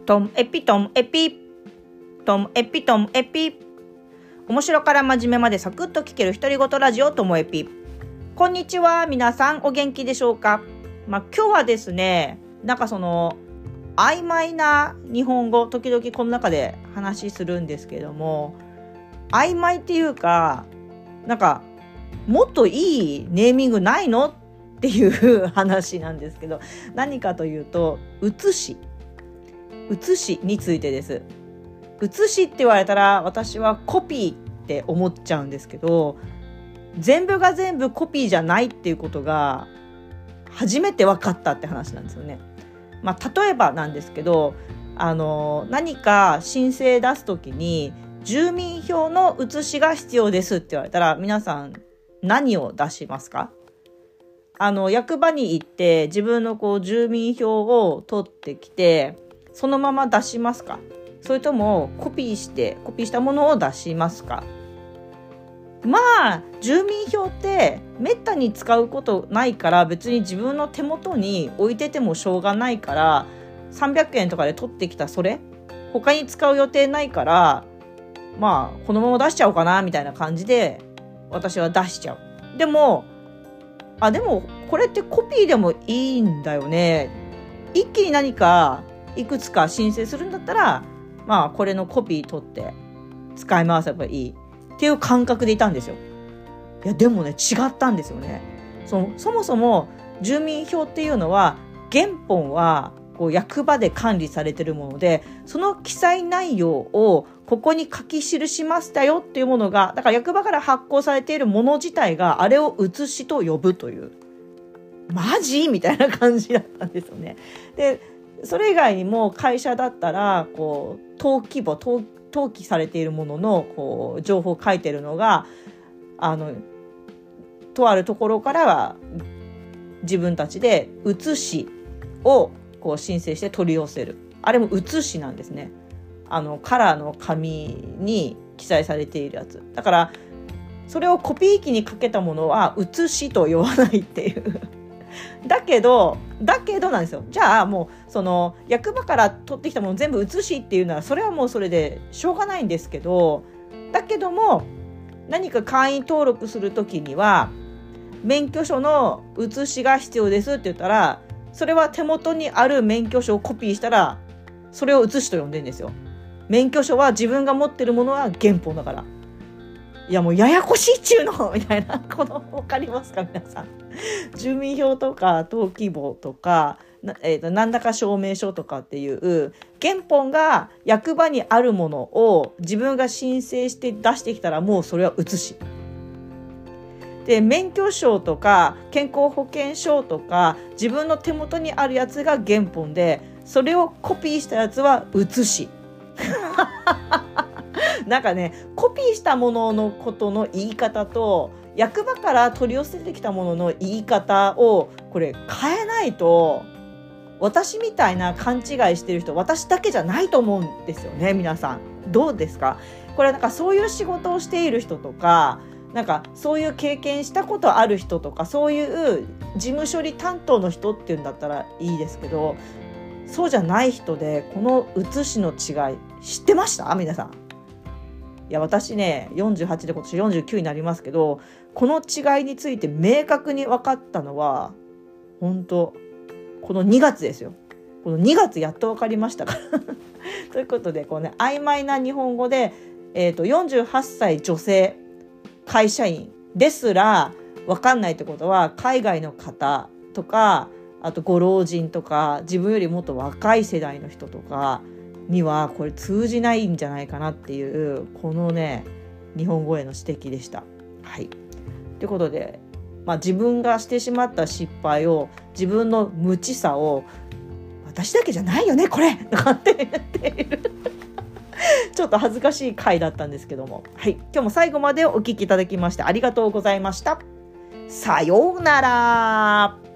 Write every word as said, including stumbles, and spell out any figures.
トンエピトンエピトンエピトンエピ、面白から真面目までサクッと聞ける独り言ラジオともエピ。こんにちは、皆さんお元気でしょうか。まあ、今日はですね、なんかその曖昧な日本語、時々この中で話するんですけれども、曖昧っていうか、なんかもっといいネーミングないのっていう話なんですけど、何かというと写し写しについてです。写しって言われたら私はコピーって思っちゃうんですけど、全部が全部コピーじゃないっていうことが初めて分かったって話なんですよね。まあ、例えばなんですけど、あの何か申請出すときに住民票の写しが必要ですって言われたら、皆さん何を出しますか？あの役場に行って自分のこう住民票を取ってきてそのまま出しますか？それともコピーしてコピーしたものを出しますか？まあ住民票ってめったに使うことないから、別に自分の手元に置いててもしょうがないから、さんびゃくえんとかで取ってきたそれ他に使う予定ないから、まあこのまま出しちゃおうかなみたいな感じで私は出しちゃう。でもあでもこれってコピーでもいいんだよね。一気に何かいくつか申請するんだったら、まあこれのコピー取って使い回せばいいっていう感覚でいたんですよ。いやでもね、違ったんですよね。そのそもそも住民票っていうのは原本はこう役場で管理されているもので、その記載内容をここに書き記しましたよっていうものが、だから役場から発行されているもの自体があれを写しと呼ぶという、マジみたいな感じだったんですよね。でそれ以外にも会社だったらこう登記簿登登記されているもののこう情報を書いているのが、あのとあるところからは自分たちで写しをこう申請して取り寄せる、あれも写しなんですね。あのカラーの紙に記載されているやつだから、それをコピー機にかけたものは写しと呼ばないっていうだけどだけどなんですよ。じゃあもうその役場から取ってきたもの全部写しっていうなら、それはもうそれでしょうがないんですけど、だけども何か会員登録するときには免許証の写しが必要ですって言ったら、それは手元にある免許証をコピーしたらそれを写しと呼んでるんですよ。免許証は自分が持ってるものは原本だから。いやもうややこしいっちゅうのみたいな、この分かりますか皆さん。住民票とか登記簿とかな、えーと、何らか証明書とかっていう原本が役場にあるものを自分が申請して出してきたら、もうそれは写しで、免許証とか健康保険証とか自分の手元にあるやつが原本で、それをコピーしたやつは写しなんかね、コピーしたもののことの言い方と役場から取り寄せてきたものの言い方をこれ変えないと、私みたいな勘違いしてる人私だけじゃないと思うんですよね。皆さんどうですか？これなんかそういう仕事をしている人とか、なんかそういう経験したことある人とか、そういう事務処理担当の人っていうんだったらいいですけど、そうじゃない人でこの写しの違い知ってました皆さん？いや私ねよんじゅうはちで今年よんじゅうきゅうになりますけど、この違いについて明確に分かったのは本当このにがつですよ。このにがつやっと分かりましたからということで、こうね曖昧な日本語で、えーと、よんじゅうはっさい女性会社員ですら分かんないってことは、海外の方とか、あとご老人とか自分よりもっと若い世代の人とかにはこれ通じないんじゃないかなっていう、このね日本語への指摘でした。はい。ということで、まあ、自分がしてしまった失敗を、自分の無知さを、私だけじゃないよねこれとかって言っているちょっと恥ずかしい回だったんですけども、はい、今日も最後までお聞きいただきましてありがとうございました。さようなら。